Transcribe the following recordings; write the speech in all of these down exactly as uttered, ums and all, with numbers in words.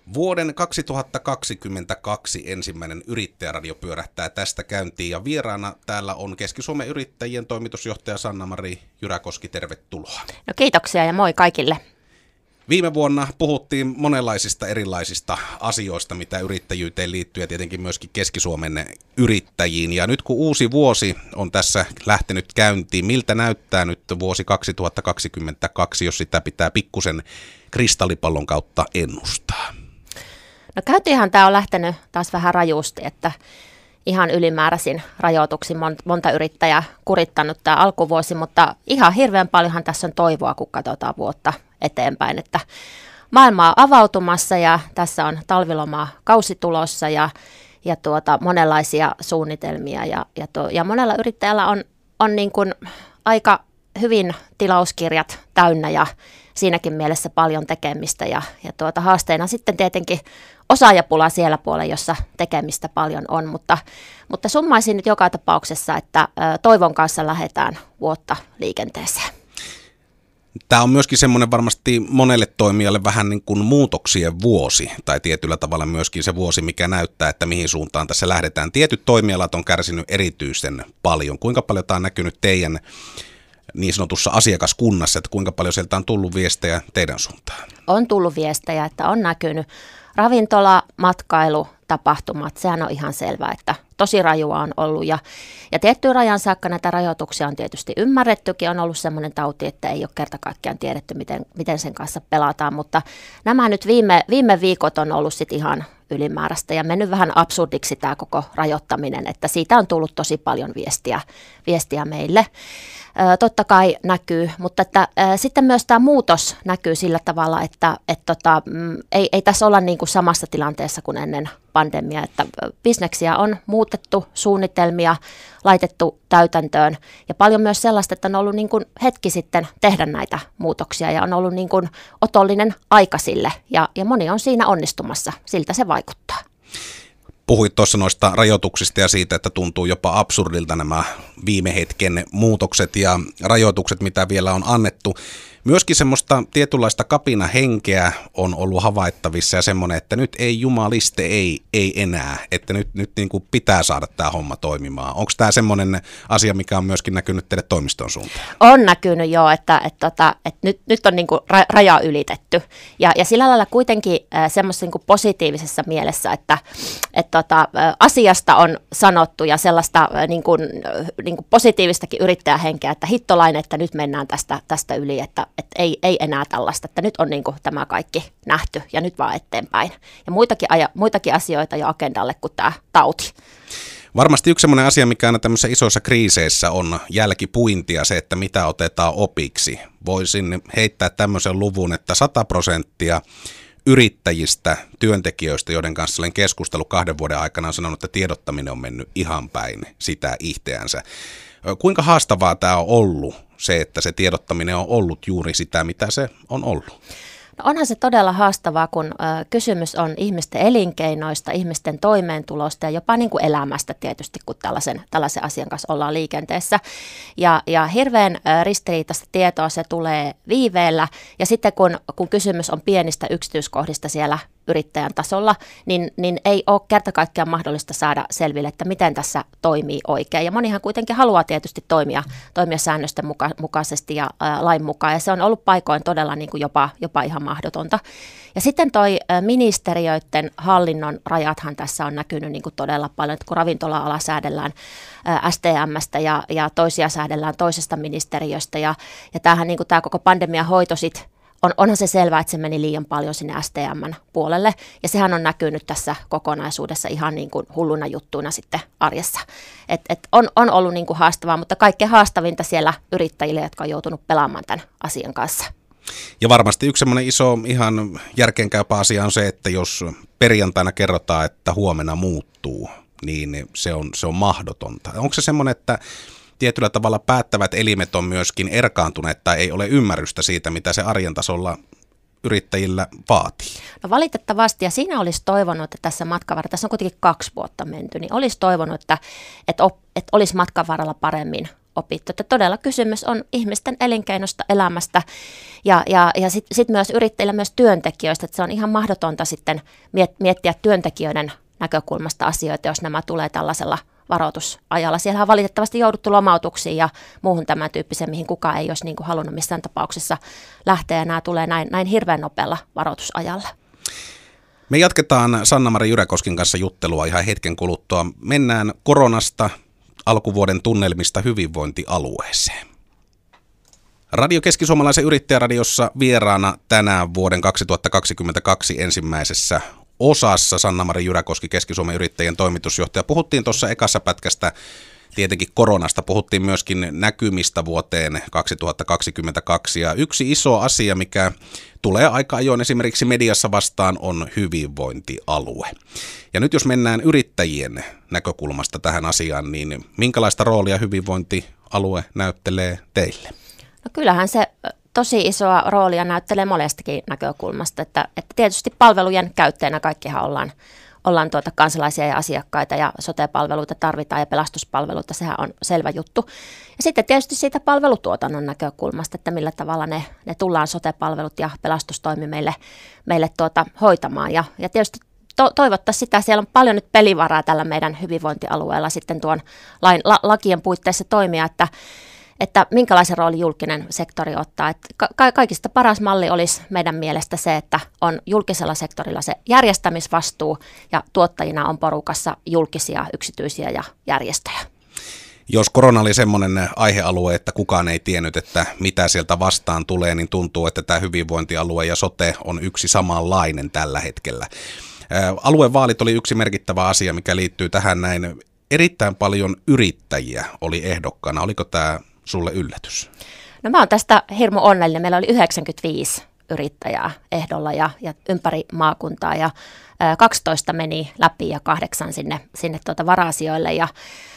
Vuoden kaksituhattakaksikymmentäkaksi ensimmäinen yrittäjäradio pyörähtää tästä käyntiin ja vieraana täällä on Keski-Suomen yrittäjien toimitusjohtaja Sanna-Mari Jyräkoski, tervetuloa. No kiitoksia ja moi kaikille. Viime vuonna puhuttiin monenlaisista erilaisista asioista, mitä yrittäjyyteen liittyy ja tietenkin myöskin Keski-Suomen yrittäjiin. Ja nyt kun uusi vuosi on tässä lähtenyt käyntiin, miltä näyttää nyt vuosi kaksituhattakaksikymmentäkaksi, jos sitä pitää pikkusen kristallipallon kautta ennustaa? No käyntiinhän tämä on lähtenyt taas vähän rajusti, että ihan ylimääräisin rajoituksin monta yrittäjää kurittanut tämä alkuvuosi, mutta ihan hirveän paljonhan tässä on toivoa, kun katsotaan vuotta eteenpäin, että maailma on avautumassa ja tässä on talvilomaa kausi tulossa ja, ja tuota, monenlaisia suunnitelmia ja, ja, to, ja monella yrittäjällä on, on niin kuin aika hyvin tilauskirjat täynnä ja siinäkin mielessä paljon tekemistä ja, ja tuota, haasteena sitten tietenkin osaajapula siellä puolella, jossa tekemistä paljon on, mutta, mutta summaisin nyt joka tapauksessa, että toivon kanssa lähdetään vuotta liikenteeseen. Tämä on myöskin semmoinen varmasti monelle toimijalle vähän niin kuin muutoksien vuosi, tai tietyllä tavalla myöskin se vuosi, mikä näyttää, että mihin suuntaan tässä lähdetään. Tietyt toimialat on kärsinyt erityisen paljon. Kuinka paljon tämä on näkynyt teidän niin sanotussa asiakaskunnassa, että kuinka paljon sieltä on tullut viestejä teidän suuntaan? On tullut viestejä, että on näkynyt ravintola, matkailu, tapahtumat, sehän on ihan selvää, että tosi rajua on ollut ja, ja tiettyyn rajan saakka näitä rajoituksia on tietysti ymmärrettykin, on ollut semmoinen tauti, että ei ole kerta kaikkiaan tiedetty, miten, miten sen kanssa pelataan, mutta nämä nyt viime, viime viikot on ollut sitten ihan ylimääräistä ja mennyt vähän absurdiksi tämä koko rajoittaminen, että siitä on tullut tosi paljon viestiä, viestiä meille. Ö, totta kai näkyy, mutta että, ö, sitten myös tämä muutos näkyy sillä tavalla, että et tota, m, ei, ei tässä olla niin kuin samassa tilanteessa kuin ennen pandemiaa, että bisneksiä on muutettu, suunnitelmia laitettu täytäntöön ja paljon myös sellaista, että on ollut niin kuin hetki sitten tehdä näitä muutoksia ja on ollut niin kuin otollinen aika sille ja, ja moni on siinä onnistumassa, siltä se vaikuttaa. Puhuit tuossa noista rajoituksista ja siitä, että tuntuu jopa absurdilta nämä viime hetken muutokset ja rajoitukset, mitä vielä on annettu. Myöskin semmoista tietynlaista kapinahenkeä on ollut havaittavissa ja semmoinen, että nyt ei jumaliste, ei, ei enää, että nyt, nyt niin kuin pitää saada tämä homma toimimaan. Onko tämä semmoinen asia, mikä on myöskin näkynyt teille toimiston suuntaan? On näkynyt jo, että, että, että, että nyt, nyt on niin kuin raja ylitetty ja, ja sillä lailla kuitenkin äh, semmoisessa niin kuin positiivisessa mielessä, että, että että äh, asiasta on sanottu ja sellaista äh, niin kuin, äh, niin kuin positiivistakin yrittäjähenkeä, että hittolainen, että nyt mennään tästä, tästä yli, että Että ei, ei enää tällaista, että nyt on niin kuin tämä kaikki nähty ja nyt vaan eteenpäin. Ja muitakin, aja, muitakin asioita jo agendalle kuin tämä tauti. Varmasti yksi sellainen asia, mikä aina tämmöisissä isoissa kriiseissä on jälkipuintia, se, että mitä otetaan opiksi. Voisin heittää tämmöisen luvun, että sata prosenttia yrittäjistä, työntekijöistä, joiden kanssa olen keskustellut kahden vuoden aikana, on sanonut, että tiedottaminen on mennyt ihan päin sitä itseänsä. Kuinka haastavaa tämä on ollut, se, että se tiedottaminen on ollut juuri sitä, mitä se on ollut? No onhan se todella haastavaa, kun ö, kysymys on ihmisten elinkeinoista, ihmisten toimeentulosta ja jopa niin kuin elämästä tietysti, kun tällaisen, tällaisen asian kanssa ollaan liikenteessä. Ja, ja hirveän ö, ristiriitaista tietoa se tulee viiveellä ja sitten kun, kun kysymys on pienistä yksityiskohdista siellä yrittäjän tasolla, niin, niin ei ole kerta kaikkiaan mahdollista saada selville, että miten tässä toimii oikein. Ja monihan kuitenkin haluaa tietysti toimia, toimia säännösten muka, mukaisesti ja ä, lain mukaan, ja se on ollut paikoin todella niin kuin jopa, jopa ihan mahdotonta. Ja sitten toi ä, ministeriöiden hallinnon rajathan tässä on näkynyt niin kuin todella paljon, että kun ravintola-ala säädellään ä, S T M:stä ja, ja toisia säädellään toisesta ministeriöstä, ja, ja tämähän niin kuin tämä koko pandemian hoito sitten On, onhan se selvää, että se meni liian paljon sinne S T M:n puolelle, ja sehän on näkynyt tässä kokonaisuudessa ihan niin kuin hulluna juttuina sitten arjessa. Et, et on, on ollut niin kuin haastavaa, mutta kaikkein haastavinta siellä yrittäjille, jotka on joutunut pelaamaan tämän asian kanssa. Ja varmasti yksi semmoinen iso ihan järkeenkäypä asia on se, että jos perjantaina kerrotaan, että huomenna muuttuu, niin se on, se on mahdotonta. Onko se semmoinen, että tietyllä tavalla päättävät elimet on myöskin erkaantuneet tai ei ole ymmärrystä siitä, mitä se arjen tasolla yrittäjillä vaatii? No valitettavasti, ja siinä olisi toivonut, että tässä matkan varrella, tässä on kuitenkin kaksi vuotta menty, niin olisi toivonut, että, että, op, että olisi matkan varrella paremmin opittu. Että todella kysymys on ihmisten elinkeinosta, elämästä ja, ja, ja sitten sit myös yrittäjillä, myös työntekijöistä. Että se on ihan mahdotonta sitten miettiä työntekijöiden näkökulmasta asioita, jos nämä tulee tällaisella varoitusajalla. Siellä on valitettavasti jouduttu lomautuksiin ja muuhun tämän tyyppiseen, mihin kukaan ei olisi niin kuin halunnut missään tapauksessa lähteä. Ja nämä tulee näin, näin hirveän nopealla varoitusajalla. Me jatketaan Sanna-Mari Jyräkosken kanssa juttelua ihan hetken kuluttua. Mennään koronasta, alkuvuoden tunnelmista hyvinvointialueeseen. Radio Keski-Suomalaisen yrittäjäradiossa vieraana tänään vuoden kaksituhattakaksikymmentäkaksi ensimmäisessä osassa Sanna-Mari Jyräkoski, Keski-Suomen yrittäjien toimitusjohtaja. Puhuttiin tuossa ekassa pätkästä tietenkin koronasta, puhuttiin myöskin näkymistä vuoteen kaksituhattakaksikymmentäkaksi. Ja yksi iso asia, mikä tulee aika ajoin esimerkiksi mediassa vastaan, on hyvinvointialue. Ja nyt jos mennään yrittäjien näkökulmasta tähän asiaan, niin minkälaista roolia hyvinvointialue näyttelee teille? No kyllähän se tosi isoa roolia näyttelee monestakin näkökulmasta, että, että tietysti palvelujen käyttäjänä kaikkihan ollaan, ollaan tuota kansalaisia ja asiakkaita ja sote-palveluita tarvitaan ja pelastuspalveluita, sehän on selvä juttu. Ja sitten tietysti siitä palvelutuotannon näkökulmasta, että millä tavalla ne, ne tullaan sote-palvelut ja pelastustoimi meille, meille tuota hoitamaan ja, ja tietysti to, toivottaa sitä, siellä on paljon nyt pelivaraa tällä meidän hyvinvointialueella sitten tuon lain, la, lakien puitteissa toimia, että että minkälaisen rooli julkinen sektori ottaa. Että ka- kaikista paras malli olisi meidän mielestä se, että on julkisella sektorilla se järjestämisvastuu ja tuottajina on porukassa julkisia, yksityisiä ja järjestöjä. Jos korona oli semmoinen aihealue, että kukaan ei tiennyt, että mitä sieltä vastaan tulee, niin tuntuu, että tämä hyvinvointialue ja sote on yksi samanlainen tällä hetkellä. Aluevaalit oli yksi merkittävä asia, mikä liittyy tähän näin. Erittäin paljon yrittäjiä oli ehdokkaana. Oliko tämä sulle yllätys? No mä oon tästä hirmu onnellinen. Meillä oli yhdeksänkymmentäviisi yrittäjää ehdolla ja, ja ympäri maakuntaa ja ä, kaksitoista meni läpi ja kahdeksan sinne, sinne tuota vara-asioille ja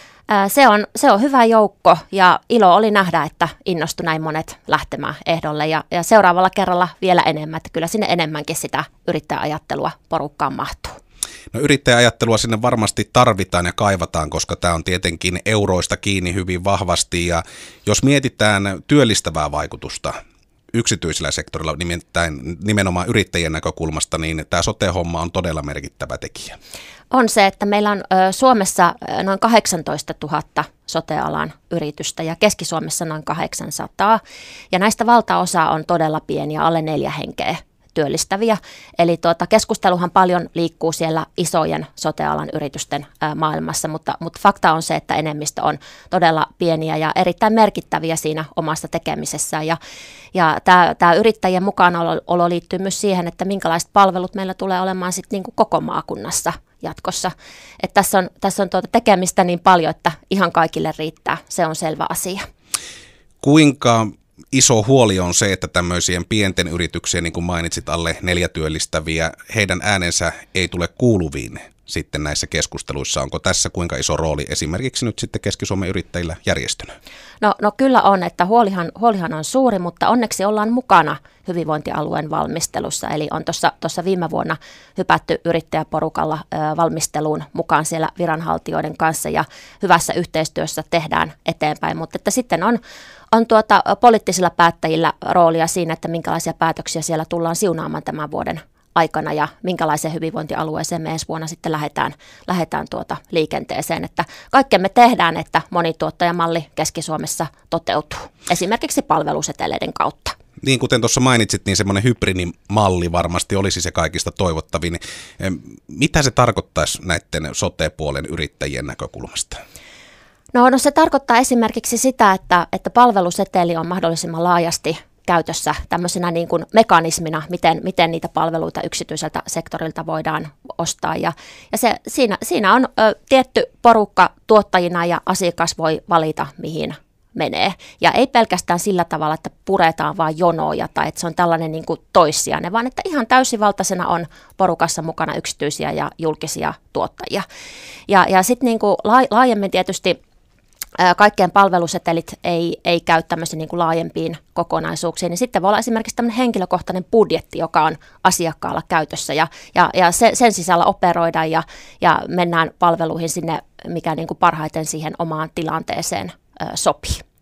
ä, se, on, se on hyvä joukko ja ilo oli nähdä, että innostui näin monet lähtemään ehdolle ja, ja seuraavalla kerralla vielä enemmän, että kyllä sinne enemmänkin sitä yrittäjäajattelua porukkaan mahtuu. No yrittäjäajattelua sinne varmasti tarvitaan ja kaivataan, koska tämä on tietenkin euroista kiinni hyvin vahvasti ja jos mietitään työllistävää vaikutusta yksityisellä sektorilla, nimittäin nimenomaan yrittäjien näkökulmasta, niin tämä sote-homma on todella merkittävä tekijä. On se, että meillä on ö, Suomessa noin kahdeksantoista tuhatta sote-alan yritystä ja Keski-Suomessa noin kahdeksansataa ja näistä valtaosa on todella pieniä, alle neljä henkeä työllistäviä. Eli tuota, keskusteluhan paljon liikkuu siellä isojen sote-alan yritysten ää, maailmassa, mutta, mutta fakta on se, että enemmistö on todella pieniä ja erittäin merkittäviä siinä omassa tekemisessään. Ja, ja tämä, tämä yrittäjien mukanaolo liittyy myös siihen, että minkälaiset palvelut meillä tulee olemaan sit niin kuin koko maakunnassa jatkossa. Et tässä on, tässä on tuota tekemistä niin paljon, että ihan kaikille riittää. Se on selvä asia. Kuinka iso huoli on se, että tämmöisien pienten yrityksien, niin kuin mainitsit, alle neljä työllistäviä, heidän äänensä ei tule kuuluviin sitten näissä keskusteluissa. Onko tässä kuinka iso rooli esimerkiksi nyt sitten Keski-Suomen yrittäjillä järjestönä? No, no kyllä on, että huolihan, huolihan on suuri, mutta onneksi ollaan mukana hyvinvointialueen valmistelussa. Eli on tuossa viime vuonna hypätty yrittäjäporukalla ö, valmisteluun mukaan siellä viranhaltijoiden kanssa ja hyvässä yhteistyössä tehdään eteenpäin. Mutta että sitten on, on tuota, poliittisilla päättäjillä roolia siinä, että minkälaisia päätöksiä siellä tullaan siunaamaan tämän vuoden aikana ja minkälaiseen hyvinvointialueeseen me ensi vuonna sitten lähdetään, lähdetään tuota liikenteeseen. Että kaikkea me tehdään, että monituottajamalli Keski-Suomessa toteutuu, esimerkiksi palveluseteleiden kautta. Niin kuten tuossa mainitsit, niin semmoinen hybridimalli varmasti olisi se kaikista toivottavin. Mitä se tarkoittaisi näiden sote-puolen yrittäjien näkökulmasta? No, no se tarkoittaa esimerkiksi sitä, että, että palveluseteli on mahdollisimman laajasti käytössä tämmöisenä niin kuin mekanismina, miten, miten niitä palveluita yksityiseltä sektorilta voidaan ostaa. Ja, ja se, siinä, siinä on ö, tietty porukka tuottajina ja asiakas voi valita, mihin menee. Ja ei pelkästään sillä tavalla, että puretaan vaan jonoja tai että se on tällainen niin kuin toissijainen, vaan että ihan täysivaltaisena on porukassa mukana yksityisiä ja julkisia tuottajia. Ja, ja sitten niin kuin laajemmin tietysti kaikkien palvelusetelit ei, ei käy tämmöisiin niin kuin laajempiin kokonaisuuksiin, niin sitten voi olla esimerkiksi tämmöinen henkilökohtainen budjetti, joka on asiakkaalla käytössä ja, ja, ja se, sen sisällä operoidaan ja, ja mennään palveluihin sinne, mikä niin kuin parhaiten siihen omaan tilanteeseen ö, sopii.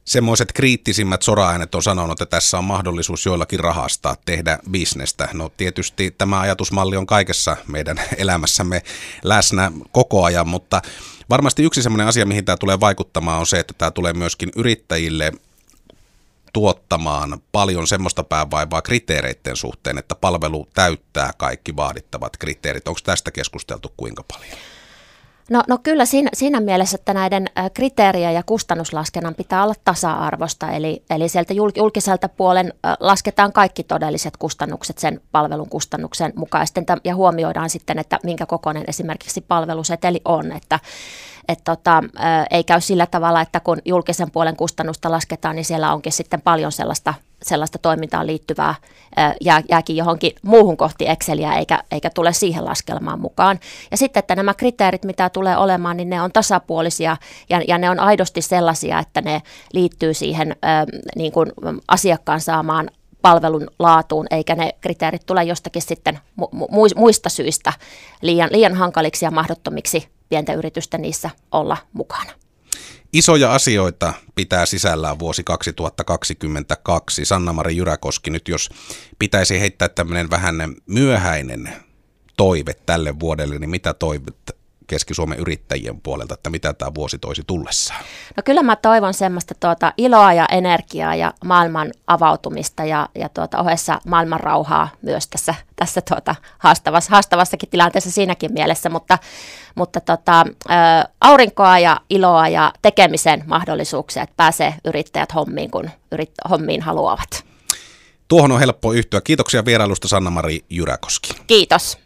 Semmoiset kriittisimmät soraäänet on sanonut, että tässä on mahdollisuus joillakin rahastaa, tehdä bisnestä. No tietysti tämä ajatusmalli on kaikessa meidän elämässämme läsnä koko ajan, mutta varmasti yksi semmoinen asia, mihin tämä tulee vaikuttamaan, on se, että tämä tulee myöskin yrittäjille tuottamaan paljon semmoista päävaivaa kriteereiden suhteen, että palvelu täyttää kaikki vaadittavat kriteerit. Onko tästä keskusteltu kuinka paljon? No, no kyllä siinä, siinä mielessä, että näiden kriteerien ja kustannuslaskennan pitää olla tasa-arvosta, eli, eli sieltä julkiselta puolen lasketaan kaikki todelliset kustannukset sen palvelun kustannuksen mukaisten ja huomioidaan sitten, että minkä kokoinen esimerkiksi palveluseteli on, että et tota, ei käy sillä tavalla, että kun julkisen puolen kustannusta lasketaan, niin siellä onkin sitten paljon sellaista sellaista toimintaan liittyvää jää, jääkin johonkin muuhun kohti Exceliä eikä, eikä tule siihen laskelmaan mukaan. Ja sitten, että nämä kriteerit, mitä tulee olemaan, niin ne on tasapuolisia ja, ja ne on aidosti sellaisia, että ne liittyy siihen ä, niin kuin asiakkaan saamaan palvelun laatuun, eikä ne kriteerit tule jostakin sitten mu- muista syistä liian, liian hankaliksi ja mahdottomiksi pienten yritysten niissä olla mukana. Isoja asioita pitää sisällään vuosi kaksituhattakaksikymmentäkaksi. Sanna-Mari Jyräkoski, nyt jos pitäisi heittää tämmöinen vähän myöhäinen toive tälle vuodelle, niin mitä toivot Keski-Suomen yrittäjien puolelta, että mitä tämä vuosi toisi tullessaan? No kyllä mä toivon semmoista tuota iloa ja energiaa ja maailman avautumista ja, ja tuota ohessa maailman rauhaa myös tässä, tässä tuota haastavassa, haastavassakin tilanteessa siinäkin mielessä, mutta, mutta tota, ä, aurinkoa ja iloa ja tekemisen mahdollisuuksia, että pääsee yrittäjät hommiin, kun yrit, hommiin haluavat. Tuohon on helppo yhtyä. Kiitoksia vierailusta Sanna-Mari Jyräkoski. Kiitos.